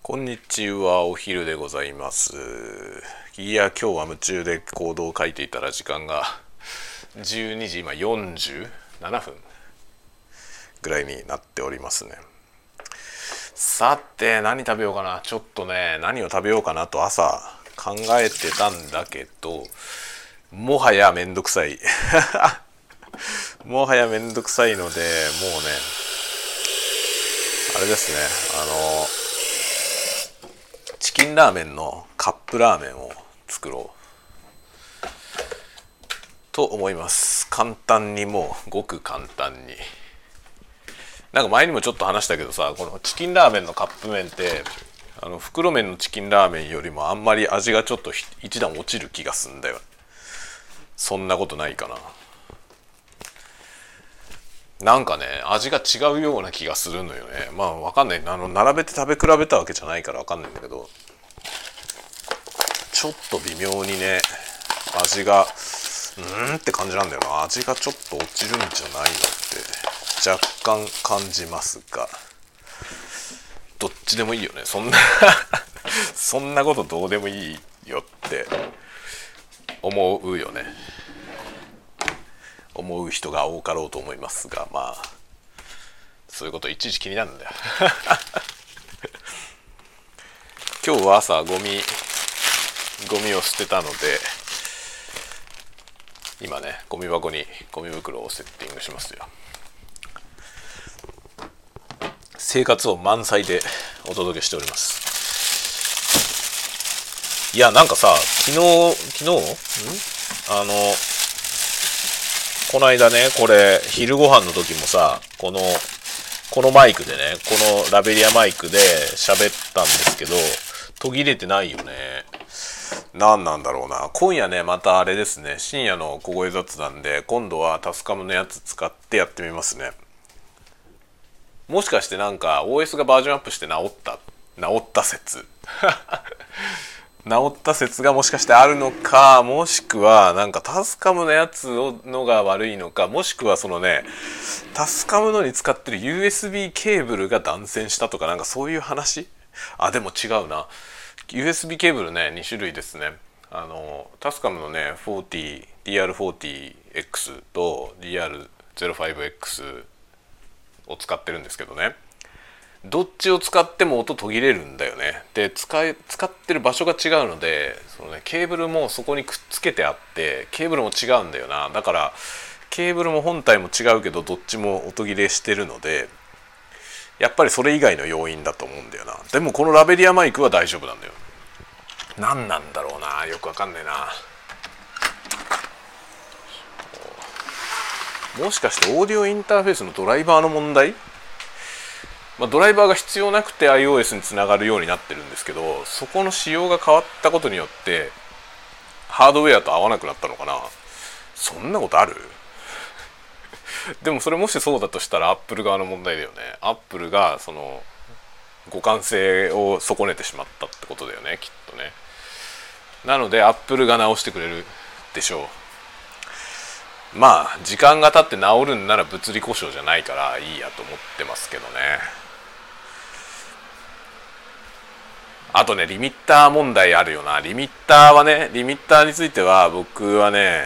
こんにちは、お昼でございます。いや、今日は夢中でコードを書いていたら時間が12時今47分ぐらいになっておりますね。さて、何食べようかな。ちょっとね、何を食べようかなと朝考えてたんだけど、もはやめんどくさい。もはやめんどくさいので、もうね、あれですね、チキンラーメンのカップラーメンを作ろうと思います。簡単に、もうごく簡単に。なんか前にもちょっと話したけどさ、このチキンラーメンのカップ麺って袋麺のチキンラーメンよりもあんまり味がちょっと一段落ちる気がすんだよ。そんなことないかな。なんかね、味が違うような気がするのよね。まあわかんない。並べて食べ比べたわけじゃないからわかんないんだけど、ちょっと微妙にね、味がって感じなんだよな。味がちょっと落ちるんじゃないのって若干感じますが、どっちでもいいよね。そんなそんなことどうでもいいよって思うよね。思う人が多かろうと思いますが、まあそういうこといちいち気になるんだよ。今日は朝ゴミを捨てたので、今ね、ゴミ箱にゴミ袋をセッティングしますよ。生活音満載でお届けしております。いや、なんかさ、昨日この間ね、これ昼ご飯の時もさ、このマイクでね、このラベリアマイクで喋ったんですけど、途切れてないよね。何なんだろうな。今夜ね、またあれですね、深夜の小声雑談で、今度はタスカムのやつ使ってやってみますね。もしかしてなんか OS がバージョンアップして治った説治った説がもしかしてあるのか、もしくはなんかタスカムのやつのが悪いのか、もしくはそのね、タスカムのに使ってる USB ケーブルが断線したとか、なんかそういう話。でも違うな。 USB ケーブルね、2種類ですね。タスカムのね DR40X と DR05X を使ってるんですけどね、どっちを使っても音途切れるんだよね。で、使ってる場所が違うので、そのね、ケーブルもそこにくっつけてあって、ケーブルも違うんだよな。だからケーブルも本体も違うけど、どっちも音切れしてるので、やっぱりそれ以外の要因だと思うんだよな。でもこのラベリアマイクは大丈夫なんだよ。何なんだろうな、よくわかんないな。もしかしてオーディオインターフェースのドライバーの問題？ドライバーが必要なくて iOS につながるようになってるんですけど、そこの仕様が変わったことによってハードウェアと合わなくなったのかな。そんなことある？でもそれもしそうだとしたら Apple 側の問題だよね。Apple がその互換性を損ねてしまったってことだよね、きっとね。なので Apple が直してくれるでしょう。まあ時間が経って治るんなら物理故障じゃないからいいやと思ってますけどね。あとね、リミッター問題あるよな。リミッターについては僕はね、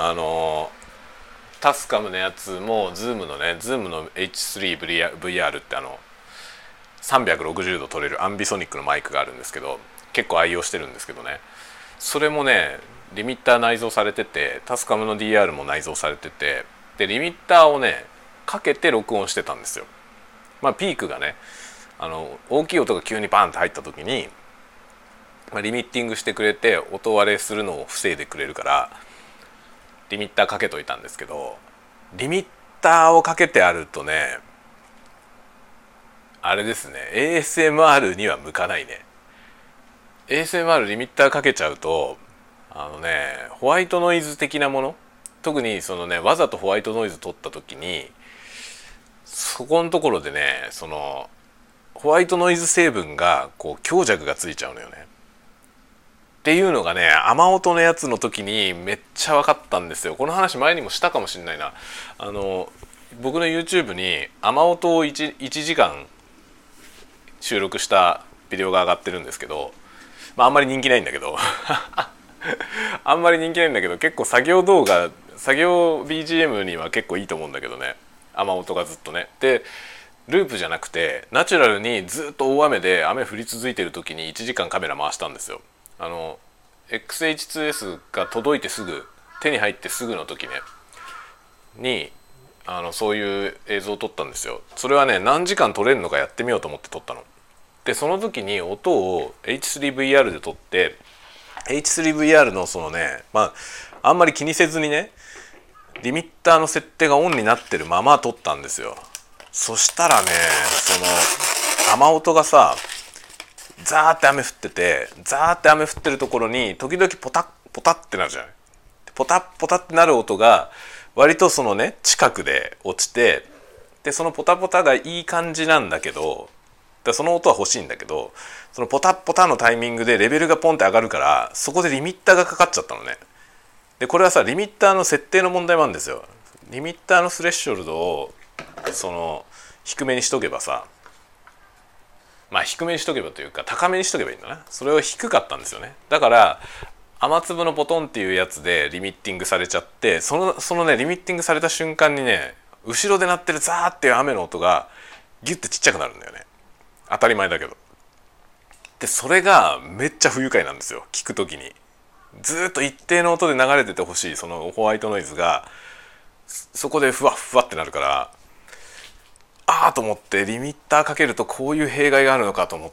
タスカムのやつもズームの H3VR って360度撮れるアンビソニックのマイクがあるんですけど、結構愛用してるんですけどね、それもねリミッター内蔵されてて、タスカムの DR も内蔵されてて、でリミッターをねかけて録音してたんですよ。ピークがね、大きい音が急にバーンって入った時に、リミッティングしてくれて音割れするのを防いでくれるからリミッターかけといたんですけど、リミッターをかけてあるとね、あれですね、 ASMR には向かないね。 ASMR リミッターかけちゃうとホワイトノイズ的なもの、特にそのね、わざとホワイトノイズ取った時にそこのところでね、そのホワイトノイズ成分がこう強弱がついちゃうのよね。っていうのがね、雨音のやつの時にめっちゃ分かったんですよ。この話前にもしたかもしれないな。僕の YouTube に雨音を 1時間収録したビデオが上がってるんですけど、あんまり人気ないんだけどあんまり人気ないんだけど、結構作業動画、作業 BGM には結構いいと思うんだけどね。雨音がずっとね。でループじゃなくてナチュラルにずっと大雨で雨降り続いてる時に1時間カメラ回したんですよ。XH2S が届いてすぐ、手に入ってすぐの時ねにそういう映像を撮ったんですよ。それはね、何時間撮れるのかやってみようと思って撮ったの。でその時に音を H3VR で撮って、 H3VR のそのね、あんまり気にせずにね、リミッターの設定がオンになってるまま撮ったんですよ。そしたらね、その雨音がさ、ザーって雨降ってて、ザーって雨降ってるところに時々ポタッポタッってなるじゃない。ポタッポタッってなる音が割とそのね近くで落ちて、でそのポタポタがいい感じなんだけど、その音は欲しいんだけど、そのポタポタのタイミングでレベルがポンって上がるから、そこでリミッターがかかっちゃったのね。でこれはさ、リミッターの設定の問題もあるんですよ。リミッターのスレッショルドをその低めにしとけばさ、低めにしとけばというか高めにしとけばいいんだな。それを低かったんですよね。だから雨粒のボトンっていうやつでリミッティングされちゃって、そのねリミッティングされた瞬間にね、後ろで鳴ってるザーっていう雨の音がギュッてちっちゃくなるんだよね。当たり前だけど。でそれがめっちゃ不愉快なんですよ、聞くときに。ずっと一定の音で流れててほしいそのホワイトノイズがそこでふわふわってなるから、と思って、リミッターかけるとこういう弊害があるのかと思って、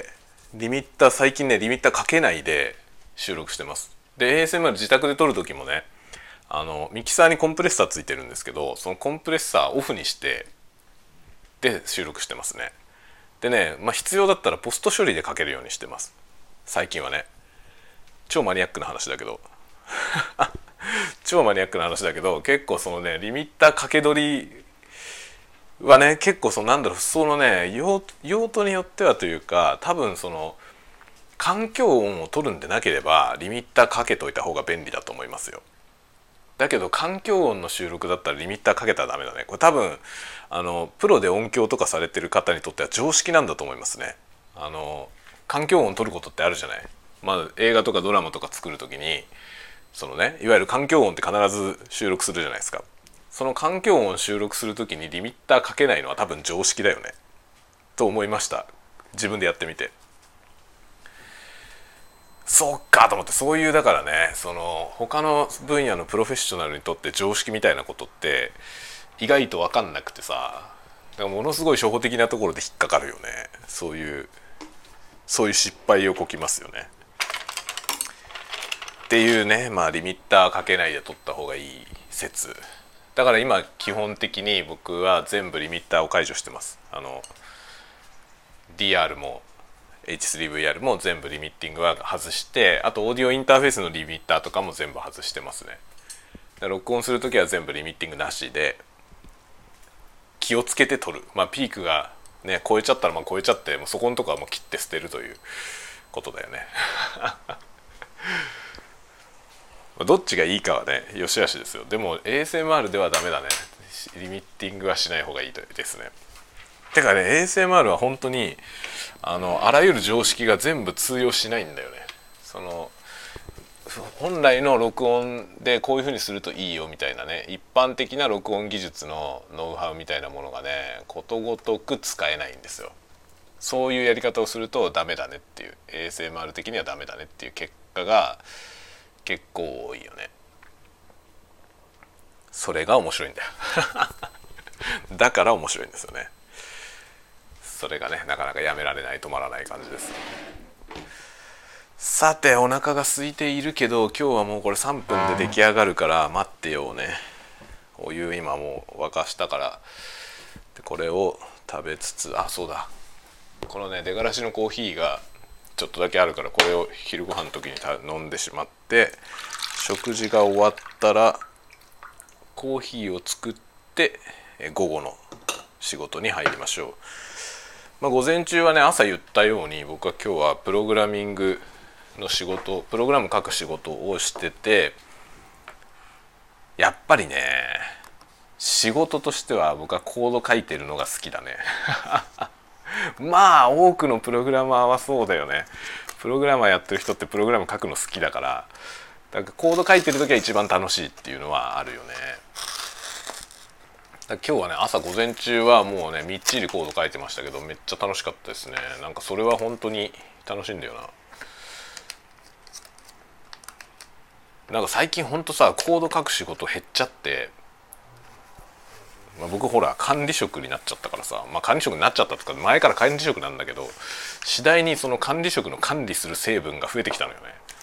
最近ねリミッターかけないで収録してます。で ASMR 自宅で撮る時もね、ミキサーにコンプレッサーついてるんですけど、そのコンプレッサーオフにしてで収録してますね。でね、必要だったらポスト処理でかけるようにしてます最近はね。超マニアックな話だけど超マニアックな話だけど、結構そのねリミッターかけ取りはね、結構そのね用途によってはというか、多分その環境音を取るんでなければリミッターかけといた方が便利だと思いますよ。だけど環境音の収録だったらリミッターかけたらダメだね。これ多分プロで音響とかされてる方にとっては常識なんだと思いますね。環境音を取ることってあるじゃない。映画とかドラマとか作る時にそのね、いわゆる環境音って必ず収録するじゃないですか。その環境音を収録する時にリミッターかけないのは多分常識だよねと思いました、自分でやってみて。そっかと思って、そういうだからね、その他の分野のプロフェッショナルにとって常識みたいなことって意外と分かんなくてさ、だからものすごい初歩的なところで引っかかるよね。そういう失敗をこきますよねっていうね。リミッターかけないで撮った方がいい説だから、今基本的に僕は全部リミッターを解除してます。DR も H3VR も全部リミッティングは外して、あとオーディオインターフェースのリミッターとかも全部外してますね。録音するときは全部リミッティングなしで気をつけて撮る。ピークがね超えちゃったら超えちゃって、もうそこのとこはもう切って捨てるということだよねどっちがいいかはねよしあしですよ。でも ASMR ではダメだね。リミッティングはしない方がいいですね。てかね、 ASMR は本当にあらゆる常識が全部通用しないんだよね。その本来の録音でこういう風にするといいよみたいなね、一般的な録音技術のノウハウみたいなものがねことごとく使えないんですよ。そういうやり方をするとダメだねっていう、 ASMR 的にはダメだねっていう結果が結構多いよね。それが面白いんだよだから面白いんですよね。それがねなかなかやめられない、止まらない感じです。さて、お腹が空いているけど今日はもうこれ3分で出来上がるから待ってようね。お湯今もう沸かしたから、でこれを食べつつ、そうだ、このね出がらしのコーヒーがちょっとだけあるから、これを昼ご飯の時に飲んでしまって、食事が終わったらコーヒーを作って午後の仕事に入りましょう。午前中はね、朝言ったように僕は今日はプログラミングの仕事、プログラム書く仕事をしてて、やっぱりね仕事としては僕はコード書いてるのが好きだねまあ多くのプログラマーはそうだよね。プログラマーやってる人ってプログラム書くの好きだから、だからコード書いてる時は一番楽しいっていうのはあるよね。だ今日はね、朝午前中はもうねみっちりコード書いてましたけど、めっちゃ楽しかったですね。なんかそれは本当に楽しいんだよな。なんか最近ほんとさ、コード書く仕事減っちゃって、僕ほら管理職になっちゃったからさ、管理職になっちゃったとか前から管理職なんだけど、次第にその管理職の管理する成分が増えてきたのよね。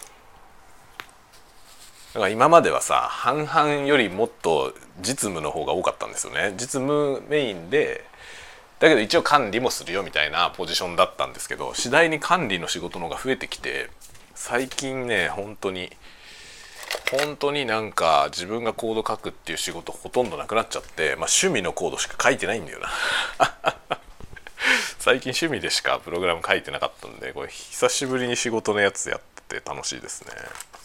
だから今まではさ、半々よりもっと実務の方が多かったんですよね。実務メインで、だけど一応管理もするよみたいなポジションだったんですけど、次第に管理の仕事の方が増えてきて、最近ね本当になんか自分がコード書くっていう仕事ほとんどなくなっちゃって、趣味のコードしか書いてないんだよな。最近趣味でしかプログラム書いてなかったんで、これ久しぶりに仕事のやつやってて楽しいですね。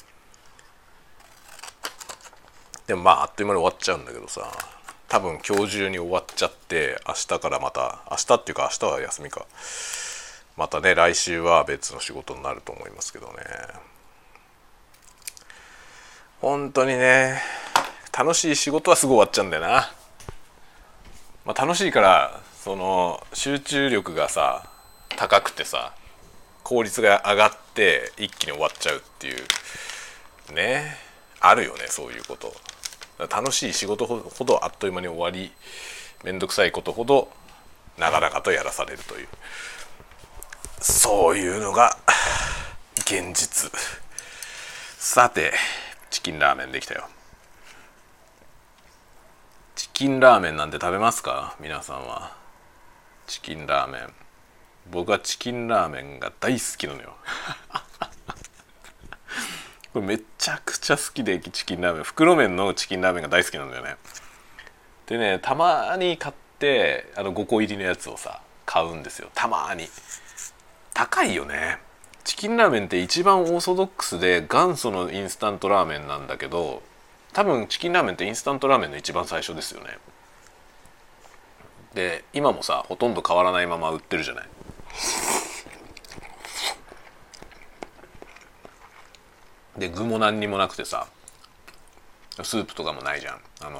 でもあっという間に終わっちゃうんだけどさ、多分今日中に終わっちゃって、明日からまた、明日っていうか明日は休みか、またね来週は別の仕事になると思いますけどね。本当にね、楽しい仕事はすぐ終わっちゃうんだよな。楽しいからその集中力がさ高くてさ、効率が上がって一気に終わっちゃうっていうね、あるよね、そういうこと。楽しい仕事ほどあっという間に終わり、めんどくさいことほど長々とやらされるという、そういうのが現実。さて、チキンラーメンできたよ。チキンラーメンなんて食べますか皆さんは。チキンラーメン、僕はチキンラーメンが大好きなのよ。これめちゃくちゃ好きで、チキンラーメン、袋麺のチキンラーメンが大好きなんだよね。でね、たまに買って5個入りのやつをさ買うんですよ。たまに。高いよね。チキンラーメンって一番オーソドックスで元祖のインスタントラーメンなんだけど、多分チキンラーメンってインスタントラーメンの一番最初ですよね。で今もさほとんど変わらないまま売ってるじゃない。で具も何にもなくてさ、スープとかもないじゃん。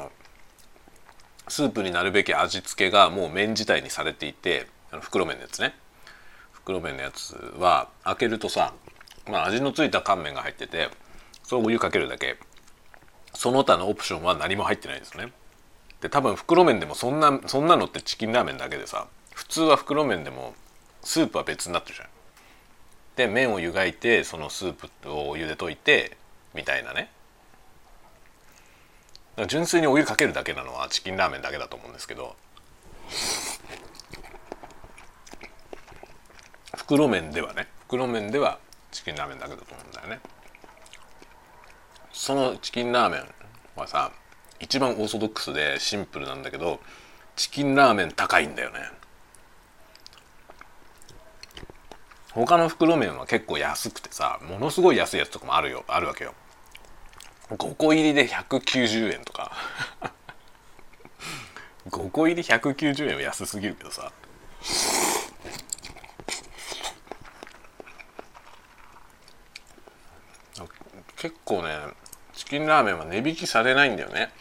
スープになるべき味付けがもう麺自体にされていて、袋麺のやつね、袋麺のやつは開けるとさ、味のついた乾麺が入ってて、そのお湯かけるだけ、その他のオプションは何も入ってないんですね。で多分袋麺でもそんなのってチキンラーメンだけでさ、普通は袋麺でもスープは別になってるじゃん。で麺を湯がいて、そのスープをお湯で溶いてみたいなね。純粋にお湯かけるだけなのはチキンラーメンだけだと思うんですけど、袋麺ではチキンラーメンだけだと思うんだよね。そのチキンラーメンはさ、一番オーソドックスでシンプルなんだけど、チキンラーメン高いんだよね。他の袋麺は結構安くてさ、ものすごい安いやつとかもあるわけよ。5個入りで190円とか。5個入り190円は安すぎるけどさ、結構ねチキンラーメンは値引きされないんだよね。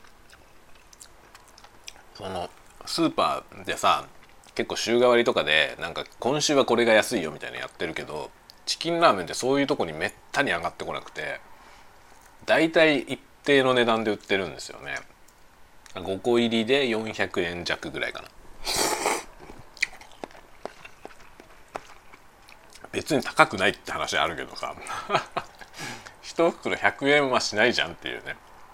そのスーパーでさ結構週替わりとかでなんか今週はこれが安いよみたいなやってるけど、チキンラーメンってそういうとこにめったに上がってこなくて、だいたい一定の値段で売ってるんですよね。5個入りで400円弱ぐらいかな。別に高くないって話あるけどさ一袋100円はしないじゃんっていうね。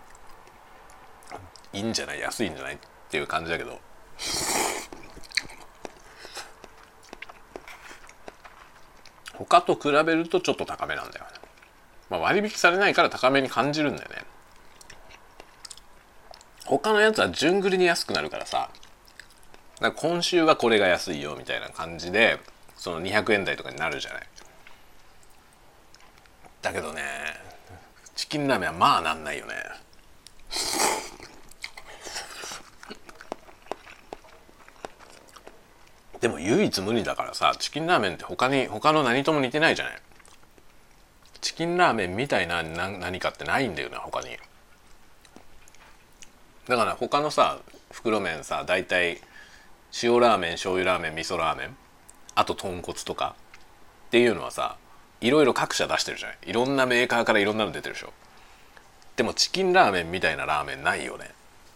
いいんじゃない、安いんじゃないっていう感じだけど、他と比べるとちょっと高めなんだよね。割引されないから高めに感じるんだよね。他のやつは順繰りに安くなるからさ、だから今週はこれが安いよみたいな感じでその200円台とかになるじゃない。だけどね、チキンラーメンはなんないよね。 でも唯一無二だからさ、チキンラーメンって他の何とも似てないじゃない。チキンラーメンみたいな何かってないんだよな他に。だから他のさ袋麺さ、だいたい塩ラーメン、醤油ラーメン、味噌ラーメン、あと豚骨とかっていうのはさ、いろいろ各社出してるじゃない。いろんなメーカーからいろんなの出てるでしょ。でもチキンラーメンみたいなラーメンないよね。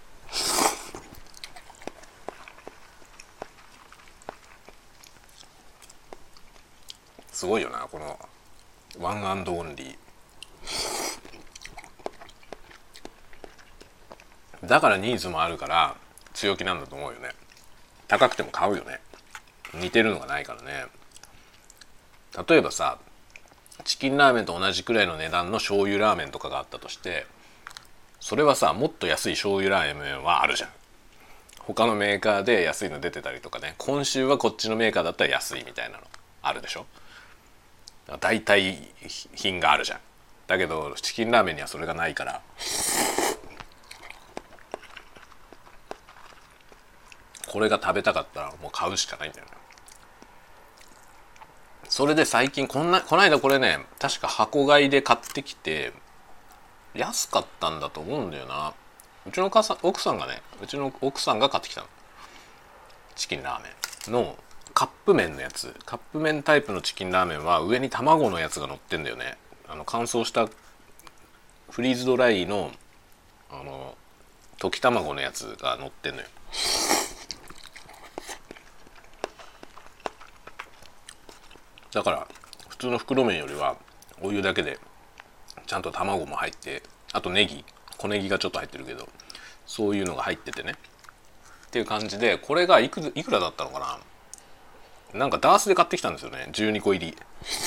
すごいよなこのワンアンドオンリーだからニーズもあるから強気なんだと思うよね。高くても買うよね。似てるのがないからね。例えばさ、チキンラーメンと同じくらいの値段の醤油ラーメンとかがあったとして、それはさもっと安い醤油ラーメンはあるじゃん。他のメーカーで安いの出てたりとかね、今週はこっちのメーカーだったら安いみたいなのあるでしょ。代替品があるじゃん。だけどチキンラーメンにはそれがないから、これが食べたかったらもう買うしかないんだよね。それで最近この間これね、確か箱買いで買ってきて安かったんだと思うんだよな。うちの奥さんが買ってきたの。チキンラーメンのカップ麺のやつ、カップ麺タイプのチキンラーメンは上に卵のやつが乗ってんだよね。乾燥したフリーズドライの溶き卵のやつが乗ってんのよ。だから普通の袋麺よりはお湯だけでちゃんと卵も入って、あと小ネギがちょっと入ってるけど、そういうのが入っててねっていう感じで、これがいくらだったのかな。なんかダースで買ってきたんですよね、12個入り。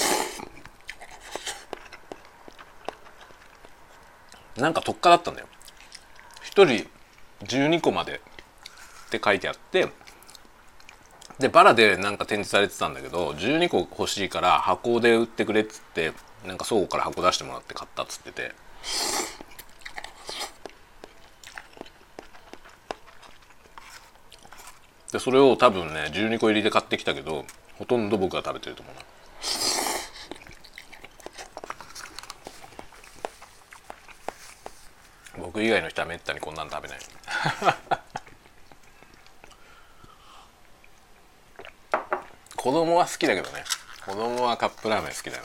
なんか特価だったんだよ。1人12個までって書いてあって、でバラでなんか展示されてたんだけど、12個欲しいから箱で売ってくれっつって、なんか倉庫から箱出してもらって買ったっつってて、でそれを多分ね12個入りで買ってきたけど、ほとんど僕が食べてると思うな。僕以外の人はめったにこんなの食べない。子供は好きだけどね。子供はカップラーメン好きだよね。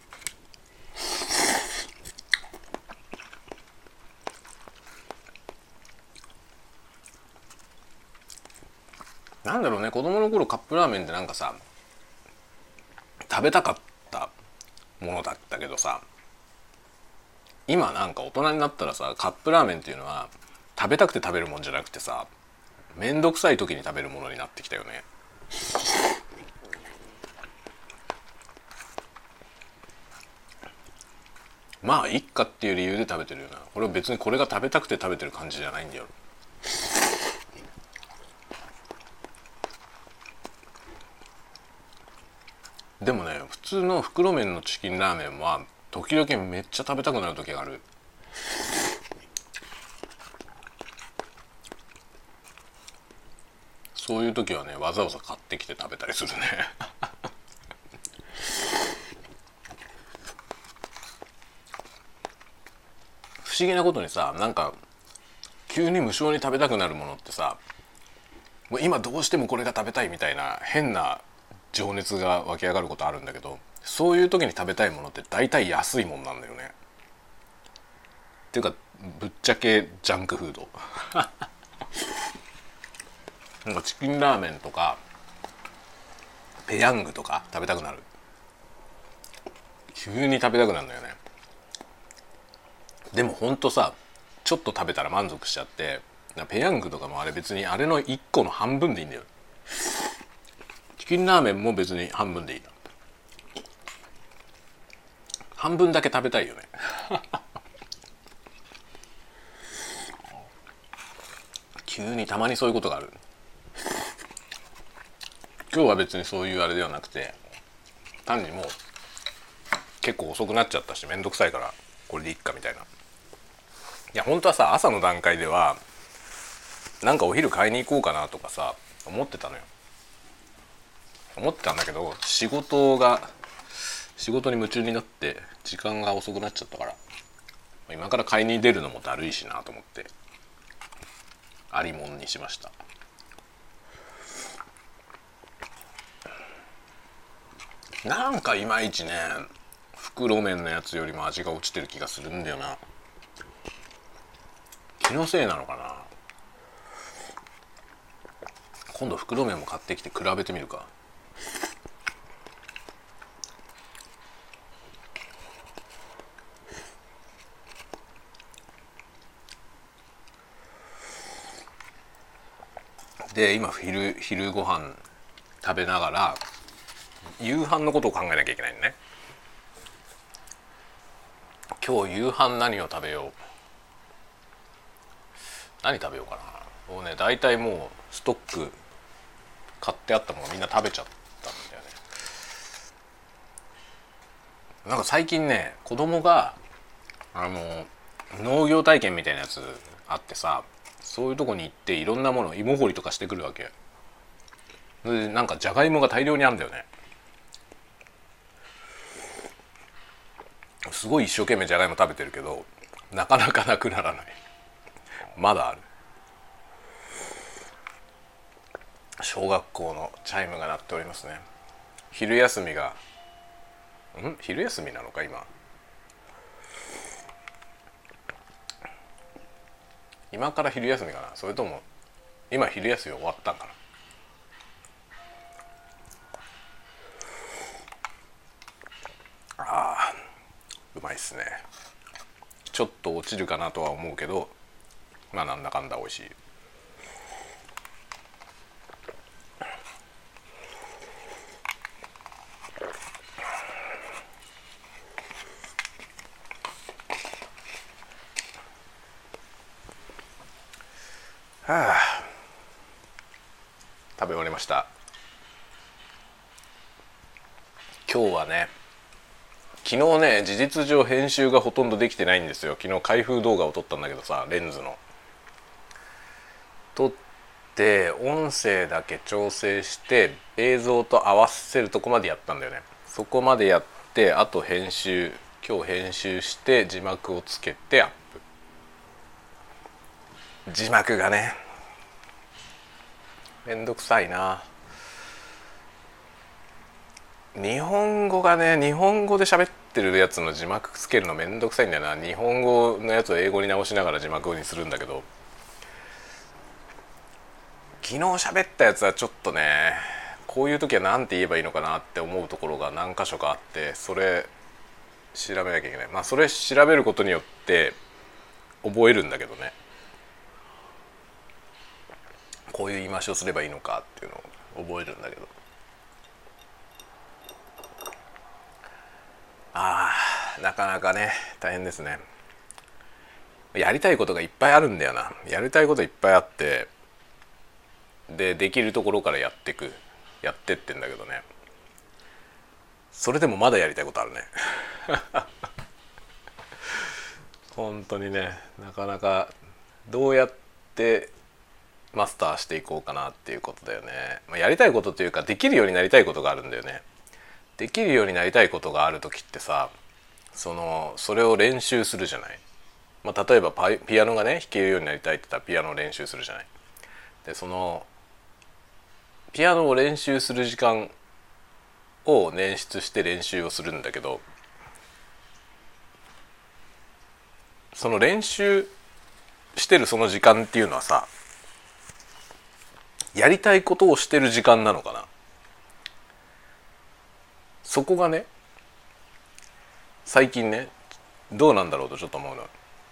なんだろうね、子供の頃カップラーメンってなんかさ食べたかったものだったけどさ、今なんか大人になったらさ、カップラーメンっていうのは食べたくて食べるもんじゃなくてさ、めんどくさい時に食べるものになってきたよね。まあいっかっていう理由で食べてるよな。これ別にこれが食べたくて食べてる感じじゃないんだよ。でもね、普通の袋麺のチキンラーメンは時々めっちゃ食べたくなる時がある。そういう時はねわざわざ買ってきて食べたりするね。不思議なことにさ、なんか急に無性に食べたくなるものってさ、もう今どうしてもこれが食べたいみたいな変な情熱が湧き上がることあるんだけど、そういう時に食べたいものって大体安いもんなんだよね。っていうかぶっちゃけジャンクフード。なんかチキンラーメンとかペヤングとか食べたくなる。急に食べたくなるんだよね。でもほんとさ、ちょっと食べたら満足しちゃって、ペヤングとかもあれ別にあれの1個の半分でいいんだよ。チキンラーメンも別に半分でいい。半分だけ食べたいよね。急にたまにそういうことがある。今日は別にそういうあれではなくて、単にもう結構遅くなっちゃったしめんどくさいからこれでいっかみたいな。いや本当はさ、朝の段階ではなんかお昼買いに行こうかなとかさ思ってたのよ。 思ってたんだけど、仕事に夢中になって時間が遅くなっちゃったから、今から買いに出るのもだるいしなと思ってありもんにしました。なんかいまいちね、袋麺のやつよりも味が落ちてる気がするんだよな。気のせいなのかな。今度袋麺も買ってきて比べてみるか。で今昼ご飯食べながら夕飯のことを考えなきゃいけないね。今日夕飯何を食べよう。何食べようかな。もうね、大体もうストック買ってあったものみんな食べちゃったんだよね。なんか最近ね、子供が農業体験みたいなやつあってさ、そういうとこに行っていろんなもの芋掘りとかしてくるわけで、なんかじゃがいもが大量にあるんだよね。すごい一生懸命じゃがいも食べてるけどなかなかなくならない。まだある。小学校のチャイムが鳴っておりますね。昼休みが昼休みなのか今から昼休みかな、それとも今昼休み終わったんかな。うまいっすね。ちょっと落ちるかなとは思うけど、まあなんだかんだ美味しい。食べ終わりました。今日はね、昨日ね、事実上編集がほとんどできてないんですよ。昨日開封動画を撮ったんだけどさ、レンズの撮って音声だけ調整して映像と合わせるとこまでやったんだよね。そこまでやって、あと今日編集して字幕をつけてアップ。字幕がねめんどくさいな。日本語で喋ってるやつの字幕つけるのめんどくさいんだよな。日本語のやつを英語に直しながら字幕にするんだけど、昨日喋ったやつはちょっとね、こういう時は何て言えばいいのかなって思うところが何箇所かあって、それ調べなきゃいけない。まあそれ調べることによって覚えるんだけどね、こういう言い回しをすればいいのかっていうのを覚えるんだけど、なかなかね大変ですね。やりたいことがいっぱいあるんだよな。やりたいこといっぱいあって、できるところからやってってんだけどね、それでもまだやりたいことあるね本当にね、なかなかどうやってマスターしていこうかなっていうことだよね。やりたいことというか、できるようになりたいことがあるんだよね。できるようになりたいことがある時ってさ、それを練習するじゃない。例えばピアノがね弾けるようになりたいって言ったらピアノを練習するじゃない。でそのピアノを練習する時間を捻出して練習をするんだけど、その練習してるその時間っていうのはさ、やりたいことをしてる時間なのかな。そこがね、最近ねどうなんだろうとちょっと思うの。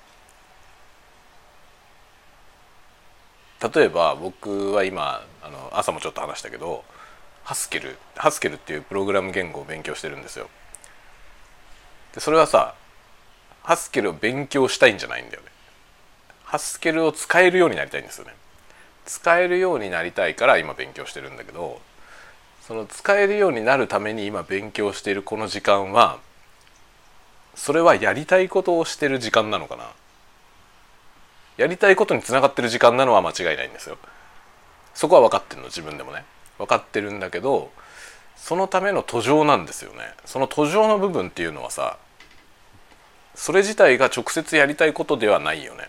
例えば僕は今朝もちょっと話したけど、ハスケルっていうプログラム言語を勉強してるんですよ。でそれはさ、ハスケルを勉強したいんじゃないんだよね。ハスケルを使えるようになりたいんですよね。使えるようになりたいから今勉強してるんだけど、その使えるようになるために今勉強しているこの時間は、それはやりたいことをしてる時間なのかな。やりたいことにつながってる時間なのは間違いないんですよ。そこは分かってるの、自分でもね分かってるんだけど、 そのための途上なんですよね。その途上の部分っていうのはさ、それ自体が直接やりたいことではないよね。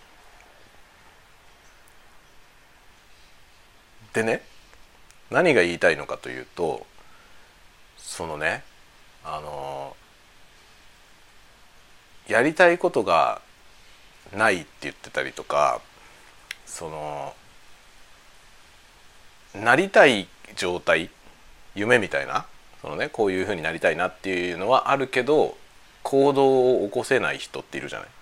でね、何が言いたいのかというと、そのね、やりたいことがないって言ってたりとか、そのなりたい状態、夢みたいな、そのね、こういう風になりたいなっていうのはあるけど行動を起こせない人っているじゃない。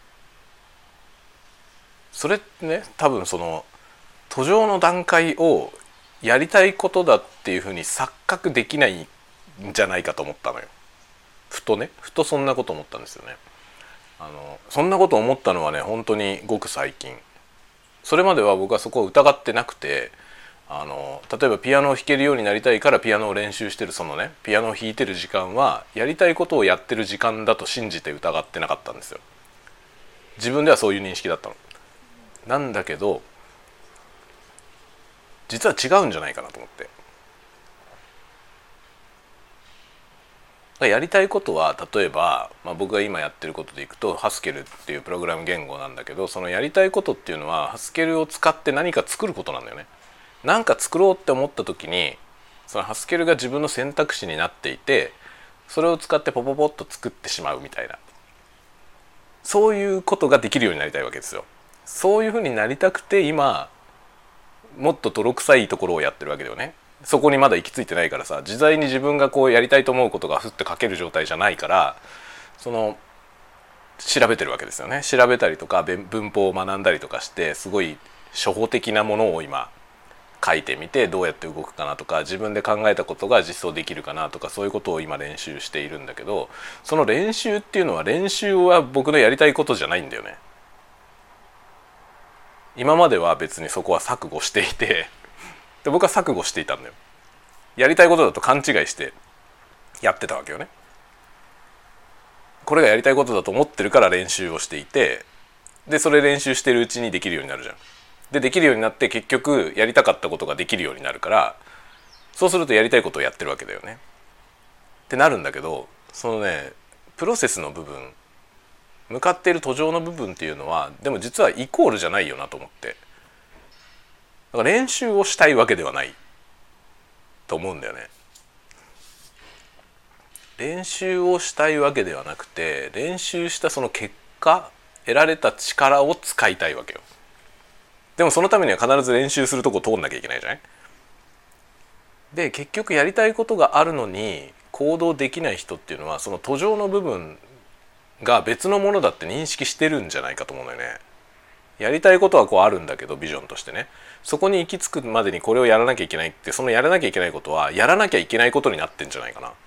それってね、多分その途上の段階をやりたいことだっていう風に錯覚できないんじゃないかと思ったのよ。ふとそんなこと思ったんですよね。そんなこと思ったのはね、本当にごく最近。それまでは僕はそこを疑ってなくて、例えばピアノを弾けるようになりたいからピアノを練習してる、そのね、ピアノを弾いてる時間はやりたいことをやってる時間だと信じて疑ってなかったんですよ。自分ではそういう認識だったの。なんだけど実は違うんじゃないかなと思って。やりたいことは例えば、僕が今やってることでいくとハスケルっていうプログラム言語なんだけど、そのやりたいことっていうのはハスケルを使って何か作ることなんだよね。何か作ろうって思った時にそのハスケルが自分の選択肢になっていて、それを使ってポポポッと作ってしまうみたいな、そういうことができるようになりたいわけですよ。そういうふうになりたくて今もっと泥臭いところをやってるわけだよね。そこにまだ行き着いてないからさ、自在に自分がこうやりたいと思うことがふって書ける状態じゃないから、その調べてるわけですよね。調べたりとか文法を学んだりとかして、すごい初歩的なものを今書いてみて、どうやって動くかなとか、自分で考えたことが実装できるかなとか、そういうことを今練習しているんだけど、その練習っていうのは、練習は僕のやりたいことじゃないんだよね。今までは別にそこは錯誤していて、で僕は錯誤していたんだよ。やりたいことだと勘違いしてやってたわけよね。これがやりたいことだと思ってるから練習をしていて、でそれ練習してるうちにできるようになるじゃん。でできるようになって結局やりたかったことができるようになるから、そうするとやりたいことをやってるわけだよねってなるんだけど、そのね、プロセスの部分、向かっている途上の部分っていうのはでも実はイコールじゃないよなと思って。だから練習をしたいわけではないと思うんだよね。練習をしたいわけではなくて、練習したその結果、得られた力を使いたいわけよ。でもそのためには必ず練習するとこ通んなきゃいけないじゃない。で結局やりたいことがあるのに行動できない人っていうのは、その途上の部分が別のものだって認識してるんじゃないかと思うのよね。やりたいことはこうあるんだけど、ビジョンとしてね、そこに行き着くまでにこれをやらなきゃいけないって、そのやらなきゃいけないことはやらなきゃいけないことになってんじゃないかな。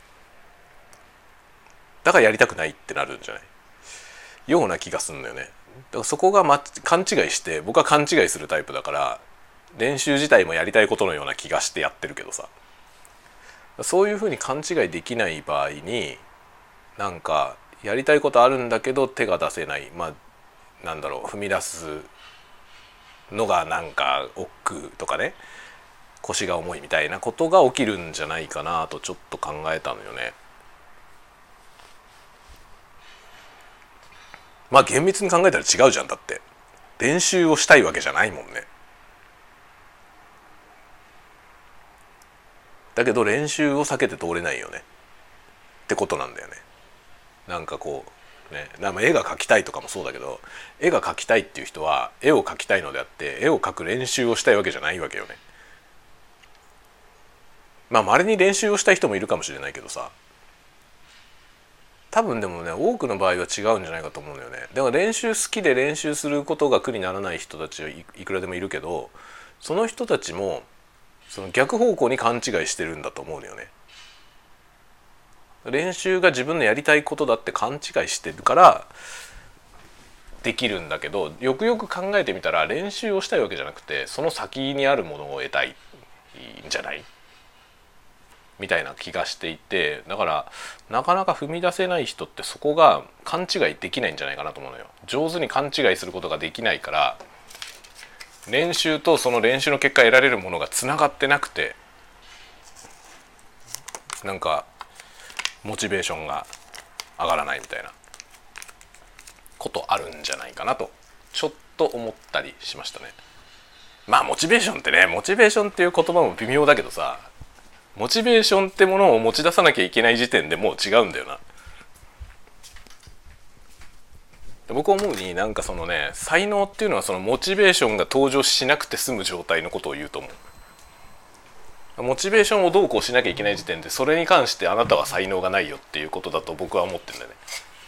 だからやりたくないってなるんじゃないような気がするんだよね。だからそこが、勘違いして、僕は勘違いするタイプだから、練習自体もやりたいことのような気がしてやってるけどさ、そういうふうに勘違いできない場合に、なんかやりたいことあるんだけど手が出せない、なんだろう、踏み出すのがなんか億劫とかね、腰が重いみたいなことが起きるんじゃないかなとちょっと考えたのよね。厳密に考えたら違うじゃん。だって練習をしたいわけじゃないもんね。だけど練習を避けて通れないよねってことなんだよね。なんかこうね、絵が描きたいとかもそうだけど、絵が描きたいっていう人は絵を描きたいのであって、絵を描く練習をしたいわけじゃないわけよね。稀に練習をしたい人もいるかもしれないけどさ、多分でもね、多くの場合は違うんじゃないかと思うんだよね。でも練習好きで練習することが苦にならない人たちはいくらでもいるけど、その人たちもその逆方向に勘違いしてるんだと思うのよね。練習が自分のやりたいことだって勘違いしてるからできるんだけど、よくよく考えてみたら練習をしたいわけじゃなくて、その先にあるものを得たいんじゃないみたいな気がしていて、だからなかなか踏み出せない人ってそこが勘違いできないんじゃないかなと思うのよ。上手に勘違いすることができないから、練習とその練習の結果得られるものがつながってなくて、 なんかモチベーションが上がらないみたいなことあるんじゃないかなとちょっと思ったりしましたね。まあモチベーションってね、モチベーションっていう言葉も微妙だけどさ、モチベーションってものを持ち出さなきゃいけない時点でもう違うんだよな。僕思うになんかそのね、才能っていうのはそのモチベーションが登場しなくて済む状態のことを言うと思う。モチベーションをどうこうしなきゃいけない時点でそれに関してあなたは才能がないよっていうことだと僕は思ってるんだよね。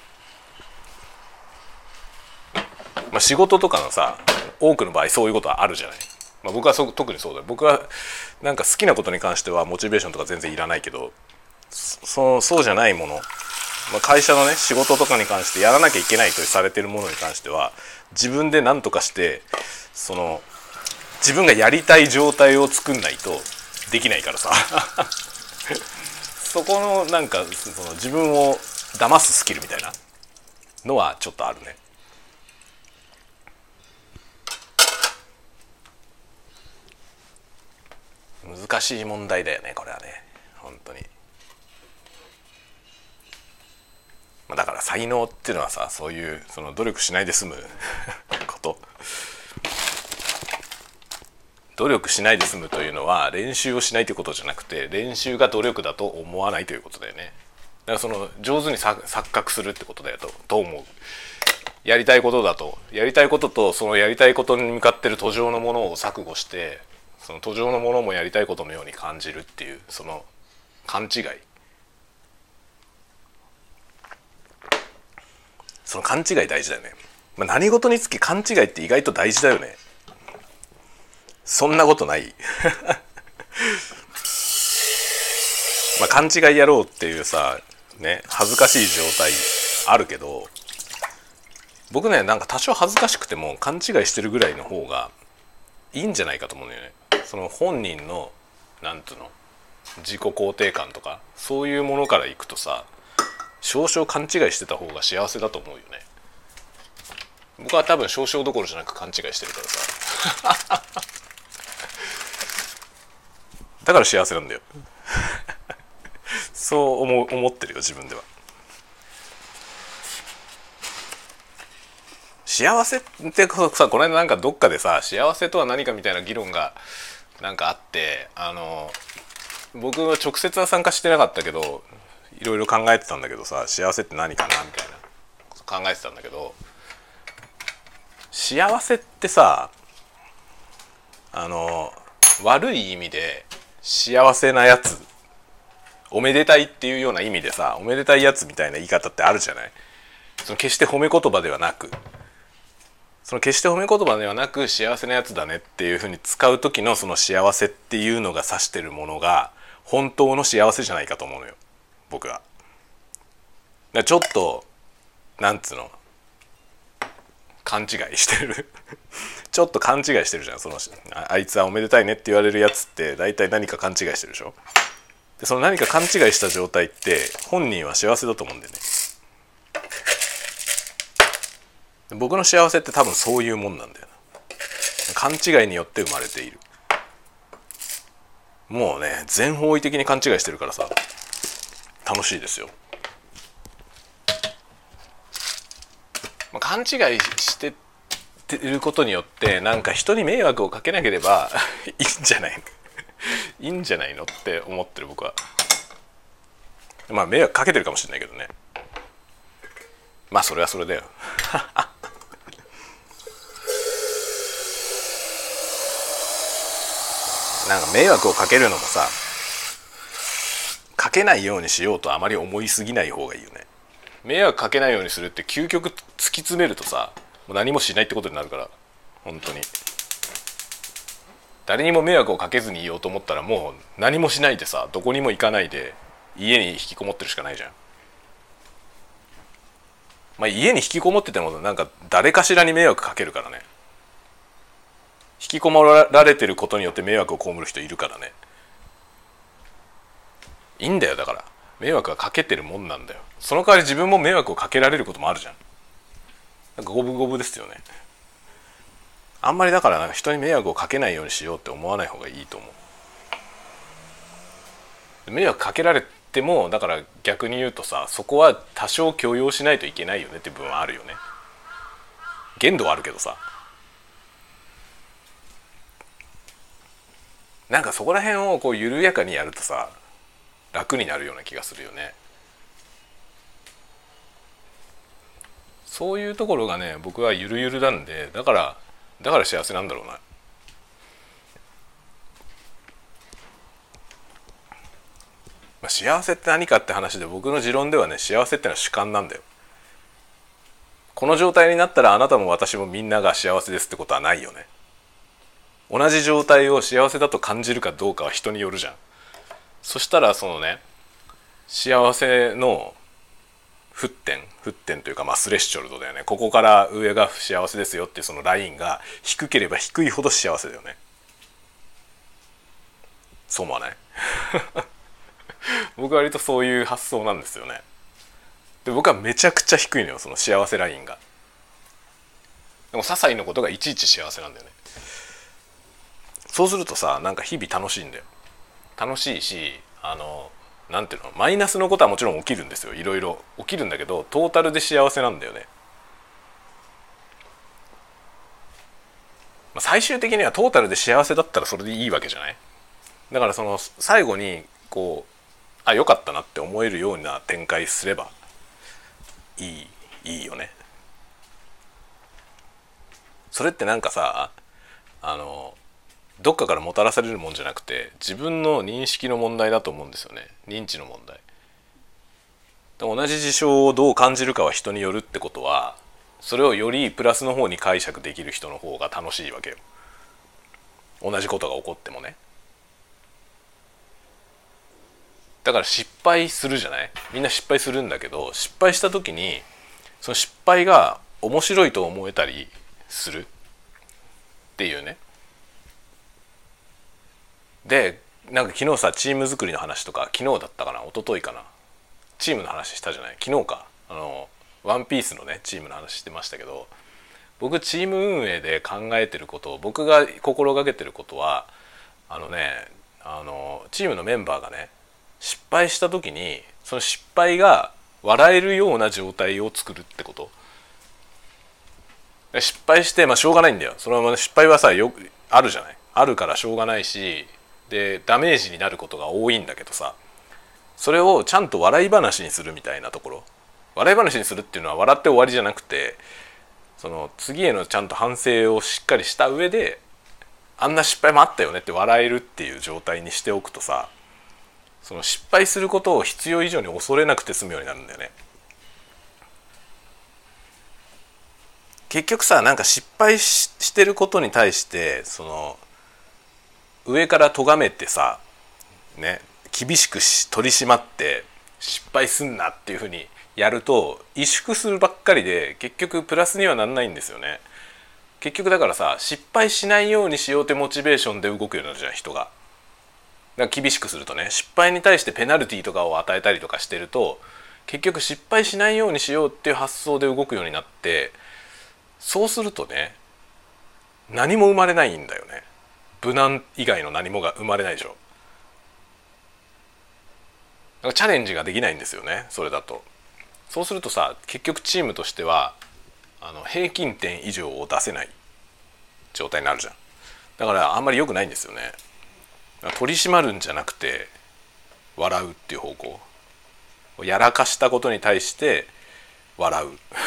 まあ、仕事とかのさ多くの場合そういうことはあるじゃない。まあ、僕は特にそうだよ。僕はなんか好きなことに関してはモチベーションとか全然いらないけど、そうじゃないもの、まあ、会社のね仕事とかに関してやらなきゃいけないとされているものに関しては自分で何とかしてその自分がやりたい状態を作んないとできないからさそこのなんかその自分を騙すスキルみたいなのはちょっとあるね。難しい問題だよねこれはね本当に。だから才能っていうのはさ、そういうその努力しないで済むこと努力しないで済むというのは練習をしないということじゃなくて、練習が努力だと思わないということだよね。だからその上手に錯覚するってことだよと思う。やりたいことだとやりたいこととそのやりたいことに向かってる途上のものを錯誤してその途上のものもやりたいことのように感じるっていうその勘違い、その勘違い大事だよね。まあ、何事につき勘違いって意外と大事だよね。そんなことないまあ勘違いやろうっていうさね恥ずかしい状態あるけど、僕ねなんか多少恥ずかしくても勘違いしてるぐらいの方がいいんじゃないかと思うんだよね。その本人のなんていうの自己肯定感とかそういうものからいくとさ、少々勘違いしてた方が幸せだと思うよね。僕は多分少々どころじゃなく勘違いしてるからさだから幸せなんだよそう思ってるよ自分では。幸せってさ、この間なんかどっかでさ幸せとは何かみたいな議論がなんかあって、僕は直接は参加してなかったけどいろいろ考えてたんだけどさ、幸せって何かなみたいなこと考えてたんだけど、幸せってさ悪い意味で幸せなやつ、おめでたいっていうような意味でさおめでたいやつみたいな言い方ってあるじゃない。その決して褒め言葉ではなく、その決して褒め言葉ではなく幸せなやつだねっていう風に使う時のその幸せっていうのが指してるものが本当の幸せじゃないかと思うのよ僕は。だからちょっとなんつうの勘違いしてるちょっと勘違いしてるじゃん。そのあいつはおめでたいねって言われるやつって大体何か勘違いしてるでしょ。でその何か勘違いした状態って本人は幸せだと思うんだよね。僕の幸せって多分そういうもんなんだよな。勘違いによって生まれている。もうね全方位的に勘違いしてるからさ楽しいですよ。勘違いしていることによってなんか人に迷惑をかけなければいいんじゃないのいいんじゃないのって思ってる僕は。まあ迷惑かけてるかもしれないけどね。まあそれはそれだよなんか迷惑をかけるのもさかけないようにしようとあまり思いすぎない方がいいよね。迷惑かけないようにするって究極突き詰めるとさもう何もしないってことになるから本当に誰にも迷惑をかけずにいようと思ったらもう何もしないでさどこにも行かないで家に引きこもってるしかないじゃん。まあ家に引きこもっててもなんか誰かしらに迷惑かけるからね。引きこもられてることによって迷惑を被る人いるからね。いいんだよだから迷惑はかけてるもんなんだよ。その代わり自分も迷惑をかけられることもあるじゃん。なんか五分五分ですよね。あんまりだからなんか人に迷惑をかけないようにしようって思わない方がいいと思う。迷惑かけられでもだから逆に言うとさ、そこは多少許容しないといけないよねって部分はあるよね。限度はあるけどさ、なんかそこら辺をこう緩やかにやるとさ楽になるような気がするよね。そういうところがね僕はゆるゆるなんで、だから幸せなんだろうな。まあ、幸せって何かって話で、僕の持論ではね、幸せってのは主観なんだよ。この状態になったらあなたも私もみんなが幸せですってことはないよね。同じ状態を幸せだと感じるかどうかは人によるじゃん。そしたらそのね、幸せの沸点というか、まあスレッショルドだよね。ここから上が幸せですよっていうそのラインが低ければ低いほど幸せだよね。そう思わない？僕は割とそういう発想なんですよね。で僕はめちゃくちゃ低いのよ、その幸せラインが。でも些細なことがいちいち幸せなんだよね。そうするとさ、なんか日々楽しいんだよ。楽しいし、なんていうの、マイナスのことはもちろん起きるんですよ。いろいろ起きるんだけど、トータルで幸せなんだよね。まあ、最終的にはトータルで幸せだったらそれでいいわけじゃない。だからその最後にこう、あ、良かったなって思えるような展開すればいいよね。それってなんかさ、どっかからもたらされるもんじゃなくて、自分の認識の問題だと思うんですよね。認知の問題。同じ事象をどう感じるかは人によるってことは、それをよりプラスの方に解釈できる人の方が楽しいわけよ。同じことが起こってもね。だから失敗するじゃない。みんな失敗するんだけど、失敗した時にその失敗が面白いと思えたりするっていうね。でなんか昨日さ、チーム作りの話とか、昨日だったかな一昨日かな、チームの話したじゃない。昨日か、ワンピースのねチームの話してましたけど、僕チーム運営で考えてること、僕が心がけてることは、チームのメンバーがね失敗した時にその失敗が笑えるような状態を作るってこと。失敗してまあしょうがないんだよ。そのまま失敗はさ、よくあるじゃない。あるからしょうがないし、でダメージになることが多いんだけどさ、それをちゃんと笑い話にするみたいなところ。笑い話にするっていうのは笑って終わりじゃなくて、その次へのちゃんと反省をしっかりした上で、あんな失敗もあったよねって笑えるっていう状態にしておくとさ、その失敗することを必要以上に恐れなくて済むようになるんだよね。結局さ、なんか失敗してることに対してその上から咎めてさね、厳しく取り締まって失敗すんなっていう風にやると萎縮するばっかりで、結局プラスにはなんないんですよね。結局だからさ、失敗しないようにしようってモチベーションで動くようになるじゃん、人が。だから厳しくするとね、失敗に対してペナルティーとかを与えたりとかしてると、結局失敗しないようにしようっていう発想で動くようになって、そうするとね、何も生まれないんだよね。無難以外の何もが生まれないでしょ。だからチャレンジができないんですよね、それだと。そうするとさ、結局チームとしては平均点以上を出せない状態になるじゃん。だからあんまり良くないんですよね。取り締まるんじゃなくて笑うっていう方向。やらかしたことに対して笑う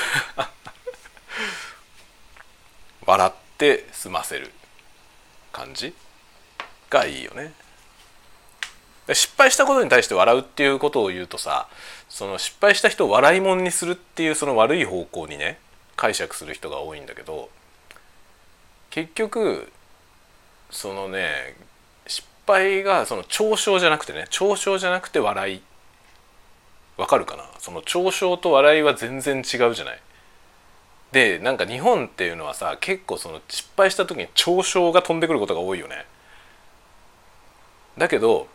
笑って済ませる感じがいいよね。失敗したことに対して笑うっていうことを言うとさ、その失敗した人を笑いもんにするっていうその悪い方向にね解釈する人が多いんだけど、結局そのね、失敗がその嘲笑じゃなくてね、嘲笑じゃなくて笑い。わかるかな。その嘲笑と笑いは全然違うじゃない。でなんか日本っていうのはさ、結構その失敗した時に嘲笑が飛んでくることが多いよね。だけど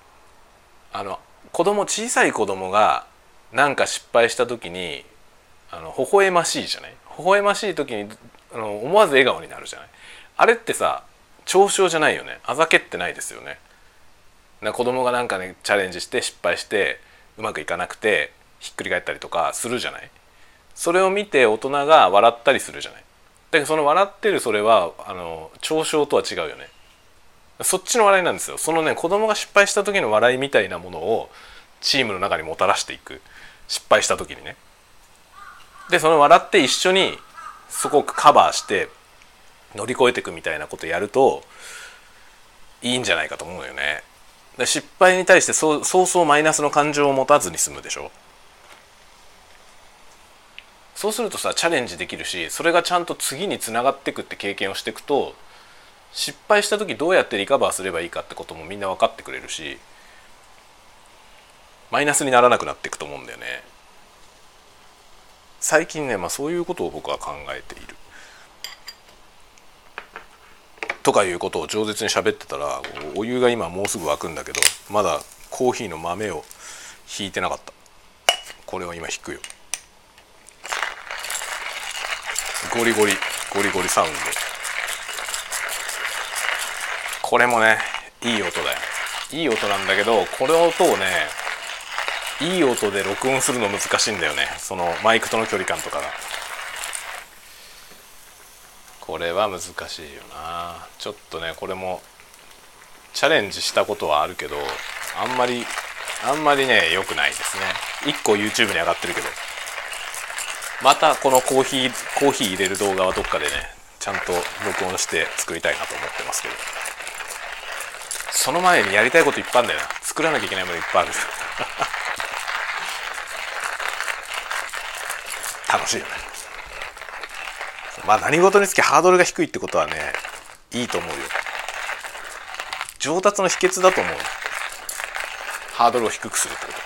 小さい子供がなんか失敗した時に微笑ましいじゃない。微笑ましい時に思わず笑顔になるじゃない。あれってさ、嘲笑じゃないよね。あざけってないですよね。子供がなんかねチャレンジして失敗してうまくいかなくてひっくり返ったりとかするじゃない。それを見て大人が笑ったりするじゃない。だけどその笑ってるそれは嘲笑とは違うよね。そっちの笑いなんですよ。そのね、子供が失敗した時の笑いみたいなものをチームの中にもたらしていく。失敗した時にね。でその笑って一緒にそこをカバーして乗り越えていくみたいなことやるといいんじゃないかと思うよね。で失敗に対してそうそうマイナスの感情を持たずに済むでしょ。そうするとさ、チャレンジできるし、それがちゃんと次につながっていくって経験をしていくと、失敗した時どうやってリカバーすればいいかってこともみんな分かってくれるし、マイナスにならなくなっていくと思うんだよね。最近ね、そういうことを僕は考えているとかいうことを饒舌に喋ってたら、お湯が今もうすぐ沸くんだけど、まだコーヒーの豆をひいてなかった。これを今引くよ。ゴリゴリサウンド。これもね、いい音だよ。いい音なんだけど、この音をね、いい音で録音するの難しいんだよね。そのマイクとの距離感とかが。これは難しいよな。ちょっとね、これもチャレンジしたことはあるけど、あんまりね良くないですね。1個 YouTube に上がってるけど、またこのコーヒー入れる動画はどっかでねちゃんと録音して作りたいなと思ってますけど、その前にやりたいこといっぱいあるんだよな。作らなきゃいけないものいっぱいある楽しいよね。何事につきハードルが低いってことはね、いいと思うよ。上達の秘訣だと思う。ハードルを低くするってこと。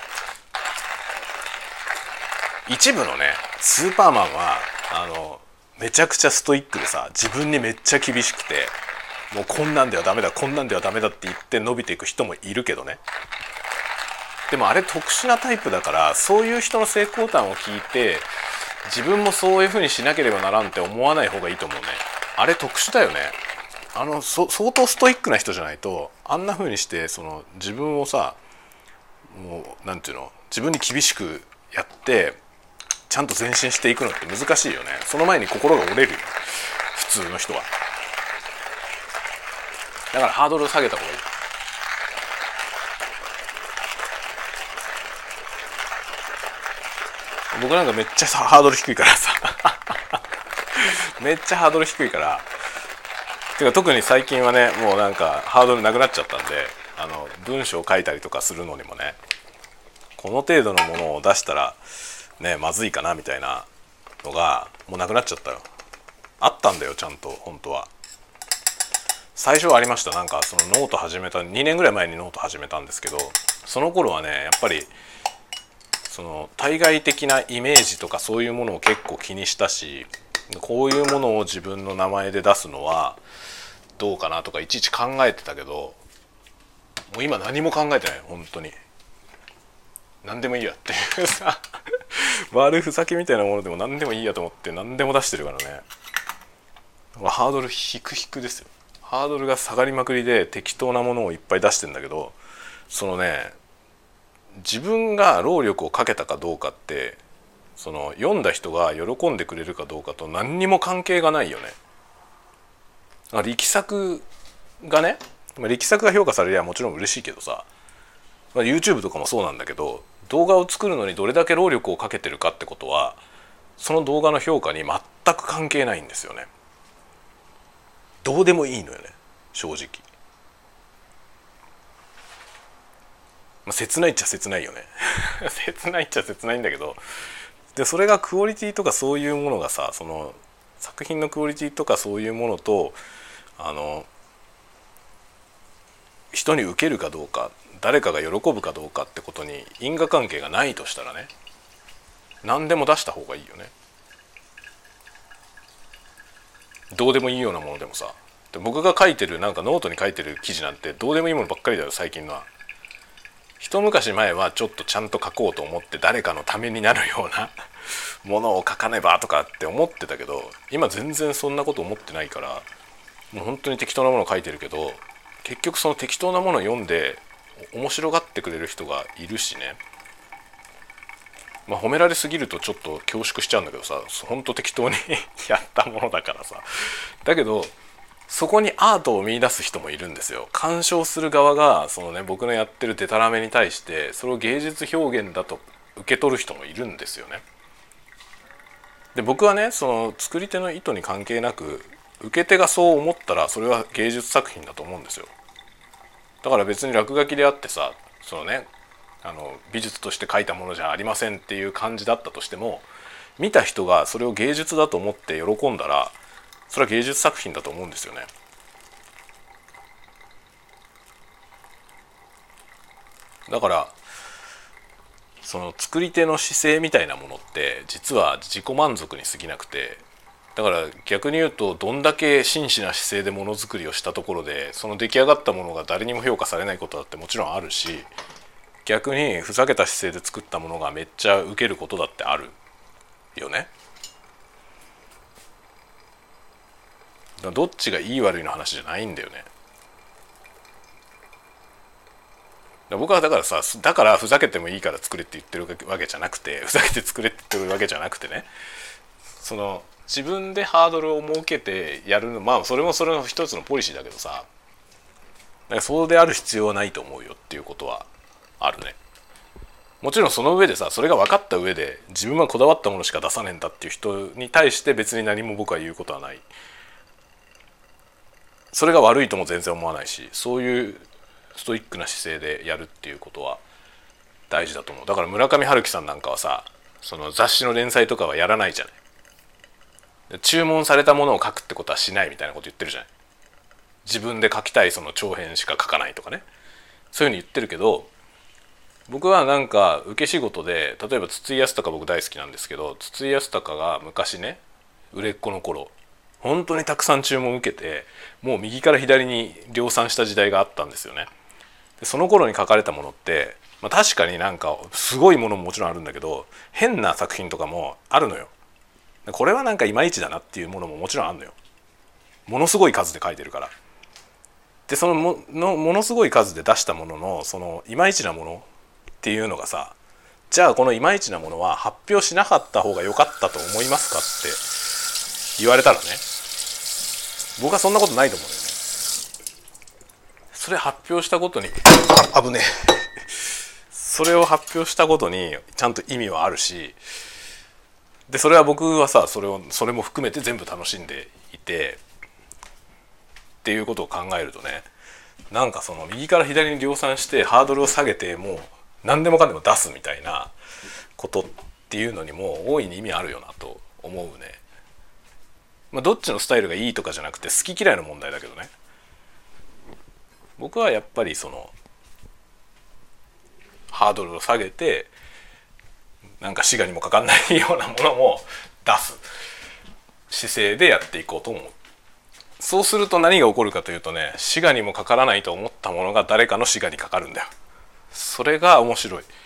一部のねスーパーマンはめちゃくちゃストイックでさ、自分にめっちゃ厳しくて、もうこんなんではダメだこんなんではダメだって言って伸びていく人もいるけどね。でもあれ特殊なタイプだから、そういう人の成功談を聞いて自分もそういう風にしなければならんって思わない方がいいと思うね。あれ特殊だよね。相当ストイックな人じゃないとあんな風にして自分をさ、もうなんていうの、自分に厳しくやってちゃんと前進していくのって難しいよね。その前に心が折れるよ、普通の人は。だからハードルを下げた方がいい。僕なんかめっちゃハードル低いからさめっちゃハードル低いから、てか特に最近はね、もうなんかハードルなくなっちゃったんで、文章を書いたりとかするのにもね、この程度のものを出したらねまずいかなみたいなのがもうなくなっちゃったよ。あったんだよちゃんと。本当は最初はありました。なんかそのノート始めた2年ぐらい前にノート始めたんですけど、その頃はねやっぱりその対外的なイメージとかそういうものを結構気にしたし、こういうものを自分の名前で出すのはどうかなとかいちいち考えてたけど、もう今何も考えてない。本当に何でもいいやっていうさ悪ふざけみたいなものでも何でもいいやと思って何でも出してるからね。ハードル低ですよ。ハードルが下がりまくりで適当なものをいっぱい出してんだけど、そのね、自分が労力をかけたかどうかってその読んだ人が喜んでくれるかどうかと何にも関係がないよね。力作がね、力作が評価されりゃもちろん嬉しいけどさ、YouTube とかもそうなんだけど、動画を作るのにどれだけ労力をかけてるかってことはその動画の評価に全く関係ないんですよね。どうでもいいのよね、正直。切ないっちゃ切ないよね切ないっちゃ切ないんだけど、でそれがクオリティとかそういうものがさ、その作品のクオリティとかそういうものと人に受けるかどうか、誰かが喜ぶかどうかってことに因果関係がないとしたらね、何でも出した方がいいよね。どうでもいいようなものでもさ。で僕が書いてるなんかノートに書いてる記事なんてどうでもいいものばっかりだよ最近のは。一昔前はちょっとちゃんと書こうと思って誰かのためになるようなものを書かねばとかって思ってたけど、今全然そんなこと思ってないから、もう本当に適当なものを書いてるけど、結局その適当なものを読んで面白がってくれる人がいるしね。 まあ褒められすぎるとちょっと恐縮しちゃうんだけどさ、ほんと適当にやったものだからさ。だけどそこにアートを見出す人もいるんですよ。鑑賞する側がそのね、僕のやってるデタラメに対してそれを芸術表現だと受け取る人もいるんですよね。で僕はね、その作り手の意図に関係なく、受け手がそう思ったらそれは芸術作品だと思うんですよ。だから別に落書きであってさ、そのね、美術として描いたものじゃありませんっていう感じだったとしても、見た人がそれを芸術だと思って喜んだらそれは芸術作品だと思うんですよね。だからその作り手の姿勢みたいなものって実は自己満足に過ぎなくて、だから逆に言うと、どんだけ真摯な姿勢でものづくりをしたところでその出来上がったものが誰にも評価されないことだってもちろんあるし、逆にふざけた姿勢で作ったものがめっちゃウケることだってあるよね。どっちがいい悪いの話じゃないんだよね。僕はだからさ、だからふざけてもいいから作れって言ってるわけじゃなくて、ふざけて作れって言ってるわけじゃなくてね、その自分でハードルを設けてやるの、まあそれもそれの一つのポリシーだけどさ、だからそうである必要はないと思うよっていうことはあるね。もちろんその上でさ、それが分かった上で自分はこだわったものしか出さねえんだっていう人に対して別に何も僕は言うことはない。それが悪いとも全然思わないし、そういうストイックな姿勢でやるっていうことは大事だと思う。だから村上春樹さんなんかはさ、その雑誌の連載とかはやらないじゃない。注文されたものを書くってことはしないみたいなこと言ってるじゃない。自分で書きたいその長編しか書かないとかね、そういうふうに言ってるけど、僕はなんか受け仕事で、例えば筒井康隆僕大好きなんですけど、筒井康隆が昔ね、売れっ子の頃本当にたくさん注文を受けて、もう右から左に量産した時代があったんですよね。でその頃に書かれたものって、まあ、確かになんかすごいものももちろんあるんだけど、変な作品とかもあるのよ。これはなんかいまいちだなっていうものももちろんあるのよ。ものすごい数で書いてるから。でそのものすごい数で出したもののそのいまいちなものっていうのがさ、じゃあこのいまいちなものは発表しなかった方が良かったと思いますかって言われたらね、僕はそんなことないと思うんだよね。それ発表したことに危ねえそれを発表したことにちゃんと意味はあるし、でそれは僕はさ、それも含めて全部楽しんでいてっていうことを考えるとね、なんかその右から左に量産してハードルを下げてもう何でもかんでも出すみたいなことっていうのにも大いに意味あるよなと思うね。まあどっちのスタイルがいいとかじゃなくて好き嫌いの問題だけどね、僕はやっぱりそのハードルを下げて、なんか滋賀にもかかんないようなものも出す姿勢でやっていこうと思う。そうすると何が起こるかというとね、滋賀にもかからないと思ったものが誰かの滋賀にかかるんだよ。それが面白い。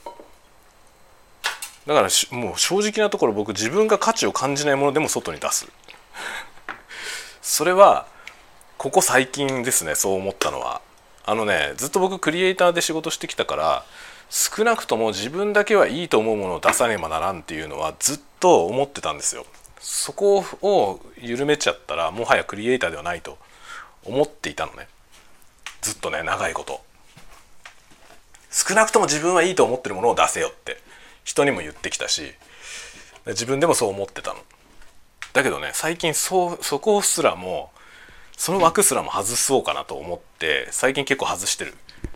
だからもう正直なところ、僕自分が価値を感じないものでも外に出すそれはここ最近ですね、そう思ったのは。ずっと僕クリエイターで仕事してきたから、少なくとも自分だけはいいと思うものを出さねばならんっていうのはずっと思ってたんですよ。そこを緩めちゃったらもはやクリエイターではないと思っていたのね、ずっとね、長いこと。少なくとも自分はいいと思ってるものを出せよって人にも言ってきたし、自分でもそう思ってたの。だけどね、最近そこすらも、その枠すらも外そうかなと思って最近結構外してる。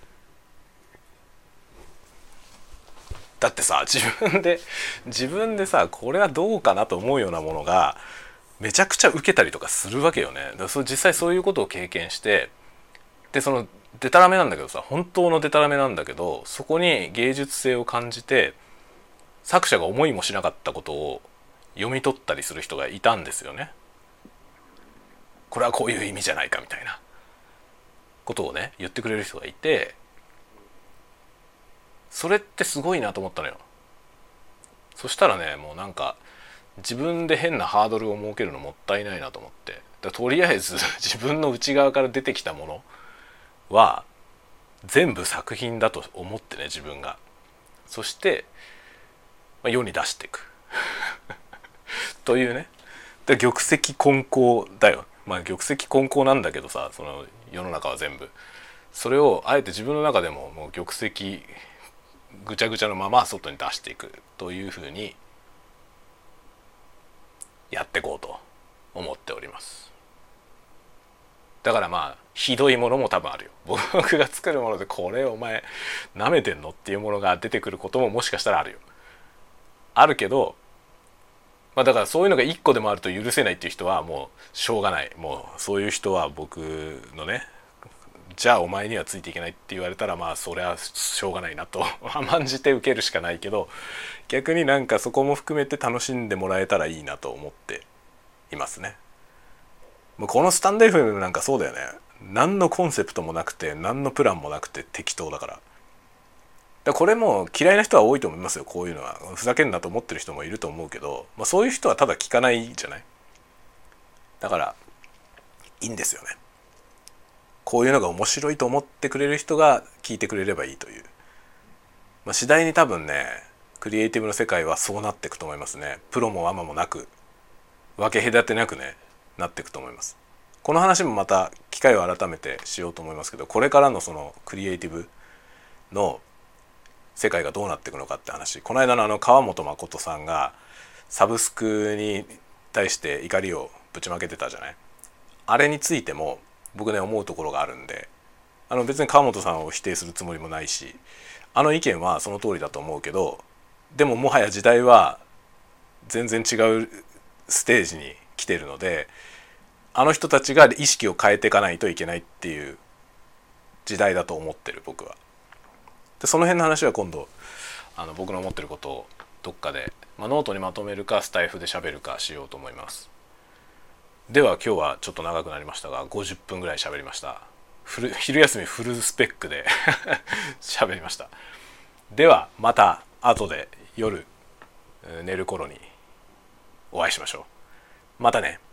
だってさ、自分でさ、これはどうかなと思うようなものがめちゃくちゃ受けたりとかするわけよね。だから実際そういうことを経験して、でそのデタラメなんだけどさ、本当のデタラメなんだけど、そこに芸術性を感じて作者が思いもしなかったことを読み取ったりする人がいたんですよね。これはこういう意味じゃないかみたいなことをね言ってくれる人がいて、それってすごいなと思ったのよ。そしたらね、もうなんか自分で変なハードルを設けるのもったいないなと思って、とりあえず自分の内側から出てきたものは全部作品だと思ってね、自分が。そして世に出していくというね。で玉石混交だよ。玉石混交なんだけどさ、その世の中は全部それをあえて自分の中でももう玉石ぐちゃぐちゃのまま外に出していくというふうにやっていこうと思っております。だからひどいものも多分あるよ。僕が作るものでこれお前なめてんのっていうものが出てくることももしかしたらあるよ。あるけど、だからそういうのが1個でもあると許せないっていう人はもうしょうがない。もうそういう人は僕のね、じゃあお前にはついていけないって言われたらそれはしょうがないなと甘んじて受けるしかないけど、逆になんかそこも含めて楽しんでもらえたらいいなと思っていますね。もうこのスタンド FM なんかそうだよね。何のコンセプトもなくて何のプランもなくて適当だから。これも嫌いな人は多いと思いますよ。こういうのはふざけんなと思ってる人もいると思うけど、そういう人はただ聞かないじゃない。だからいいんですよね。こういうのが面白いと思ってくれる人が聞いてくれればいいという、次第に多分ねクリエイティブの世界はそうなっていくと思いますね。プロもアマもなく分け隔てなくねなっていくと思います。この話もまた機会を改めてしようと思いますけど、これからのそのクリエイティブの世界がどうなっていくのかって話、この間の川本誠さんがサブスクに対して怒りをぶちまけてたじゃない。あれについても僕ね思うところがあるんで、別に川本さんを否定するつもりもないし、意見はその通りだと思うけど、でももはや時代は全然違うステージに来てるので、人たちが意識を変えていかないといけないっていう時代だと思ってる僕は。でその辺の話は今度僕の思ってることをどっかで、ノートにまとめるかスタイフで喋るかしようと思います。では今日はちょっと長くなりましたが50分ぐらい喋りました。昼休みフルスペックで喋りました。ではまた後で夜寝る頃にお会いしましょう。またね。